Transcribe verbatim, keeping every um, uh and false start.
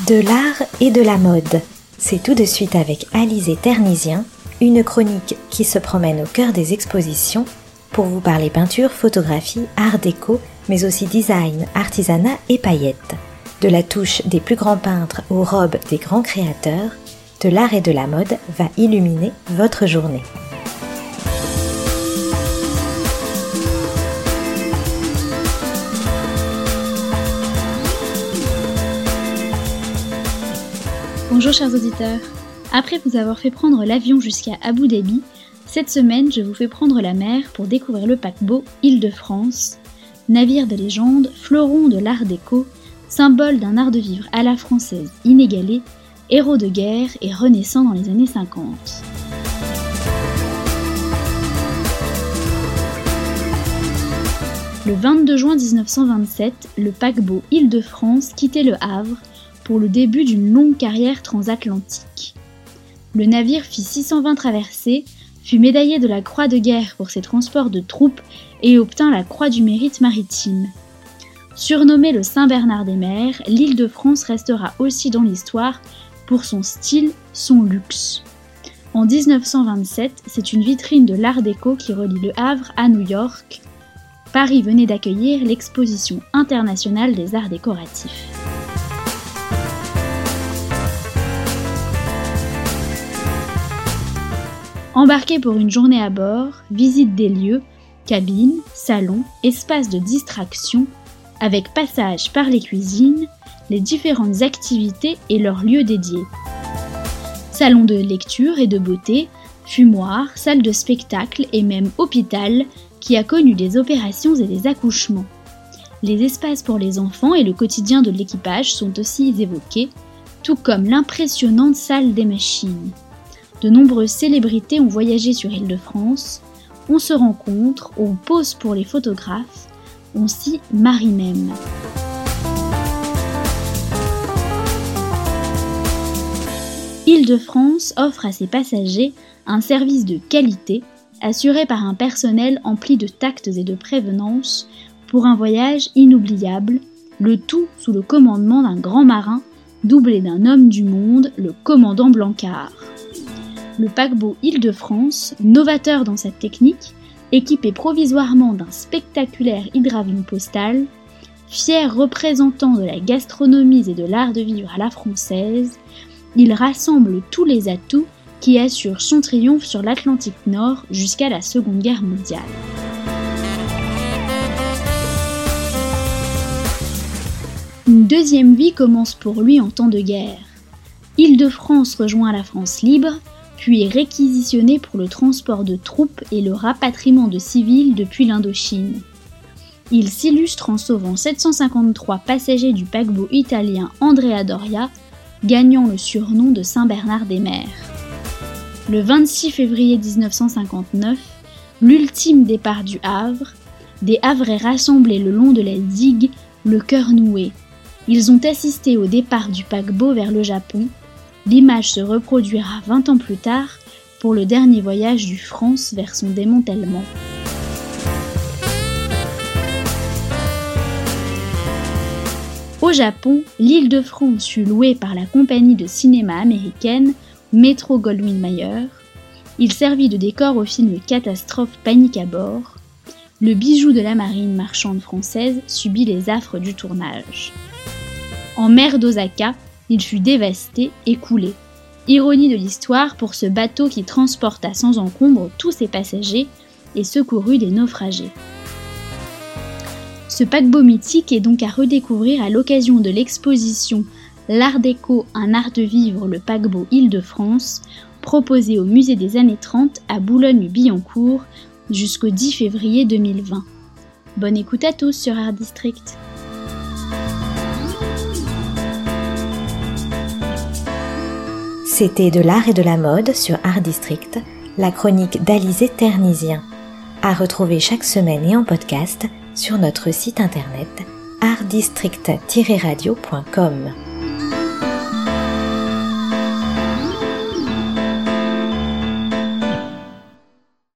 De l'art et de la mode, c'est tout de suite avec Alizé Ternisien, une chronique qui se promène au cœur des expositions pour vous parler peinture, photographie, art déco, mais aussi design, artisanat et paillettes. De la touche des plus grands peintres aux robes des grands créateurs, de l'art et de la mode va illuminer votre journée. Bonjour chers auditeurs, après vous avoir fait prendre l'avion jusqu'à Abu Dhabi, cette semaine je vous fais prendre la mer pour découvrir le paquebot Île-de-France, navire de légende, fleuron de l'art déco, symbole d'un art de vivre à la française inégalé, héros de guerre et renaissant dans les années cinquante. Le vingt-deux juin dix-neuf cent vingt-sept, le paquebot Île-de-France quittait le Havre pour le début d'une longue carrière transatlantique. Le navire fit six cent vingt traversées, fut médaillé de la Croix de guerre pour ses transports de troupes et obtint la Croix du mérite maritime. Surnommé le Saint-Bernard des mers, l'Île-de-France restera aussi dans l'histoire pour son style, son luxe. En dix-neuf cent vingt-sept, c'est une vitrine de l'art déco qui relie le Havre à New York. Paris venait d'accueillir l'exposition internationale des arts décoratifs. Embarqué pour une journée à bord, visite des lieux, cabines, salons, espaces de distraction, avec passage par les cuisines, les différentes activités et leurs lieux dédiés. Salons de lecture et de beauté, fumoirs, salles de spectacle et même hôpital qui a connu des opérations et des accouchements. Les espaces pour les enfants et le quotidien de l'équipage sont aussi évoqués, tout comme l'impressionnante salle des machines. De nombreuses célébrités ont voyagé sur Île-de-France, on se rencontre, on pose pour les photographes, on s'y marie même. Île-de-France offre à ses passagers un service de qualité, assuré par un personnel empli de tact et de prévenance, pour un voyage inoubliable, le tout sous le commandement d'un grand marin, doublé d'un homme du monde, le commandant Blancard. Le paquebot Île-de-France, novateur dans cette technique, équipé provisoirement d'un spectaculaire hydravion postal, fier représentant de la gastronomie et de l'art de vivre à la française, il rassemble tous les atouts qui assurent son triomphe sur l'Atlantique Nord jusqu'à la Seconde Guerre mondiale. Une deuxième vie commence pour lui en temps de guerre. Île-de-France rejoint la France libre, puis est réquisitionné pour le transport de troupes et le rapatriement de civils depuis l'Indochine. Il s'illustre en sauvant sept cent cinquante-trois passagers du paquebot italien Andrea Doria, gagnant le surnom de Saint-Bernard des mers. Le vingt-six février dix-neuf cent cinquante-neuf, l'ultime départ du Havre, des Havrais rassemblés le long de la digue, le cœur noué. Ils ont assisté au départ du paquebot vers le Japon. L'image se reproduira vingt ans plus tard pour le dernier voyage du France vers son démantèlement. Au Japon, l'Île-de-France fut louée par la compagnie de cinéma américaine Metro-Goldwyn-Mayer. Il servit de décor au film Catastrophe Panique à bord. Le bijou de la marine marchande française subit les affres du tournage. En mer d'Osaka, il fut dévasté et coulé. Ironie de l'histoire pour ce bateau qui transporta sans encombre tous ses passagers et secourut des naufragés. Ce paquebot mythique est donc à redécouvrir à l'occasion de l'exposition L'Art déco, un art de vivre, le paquebot Île-de-France, proposée au musée des années trente à Boulogne-Billancourt jusqu'au dix février deux mille vingt. Bonne écoute à tous sur Art District. C'était de l'art et de la mode sur Art District, la chronique d'Alizé Ternisien. À retrouver chaque semaine et en podcast sur notre site internet art district tiret radio point com.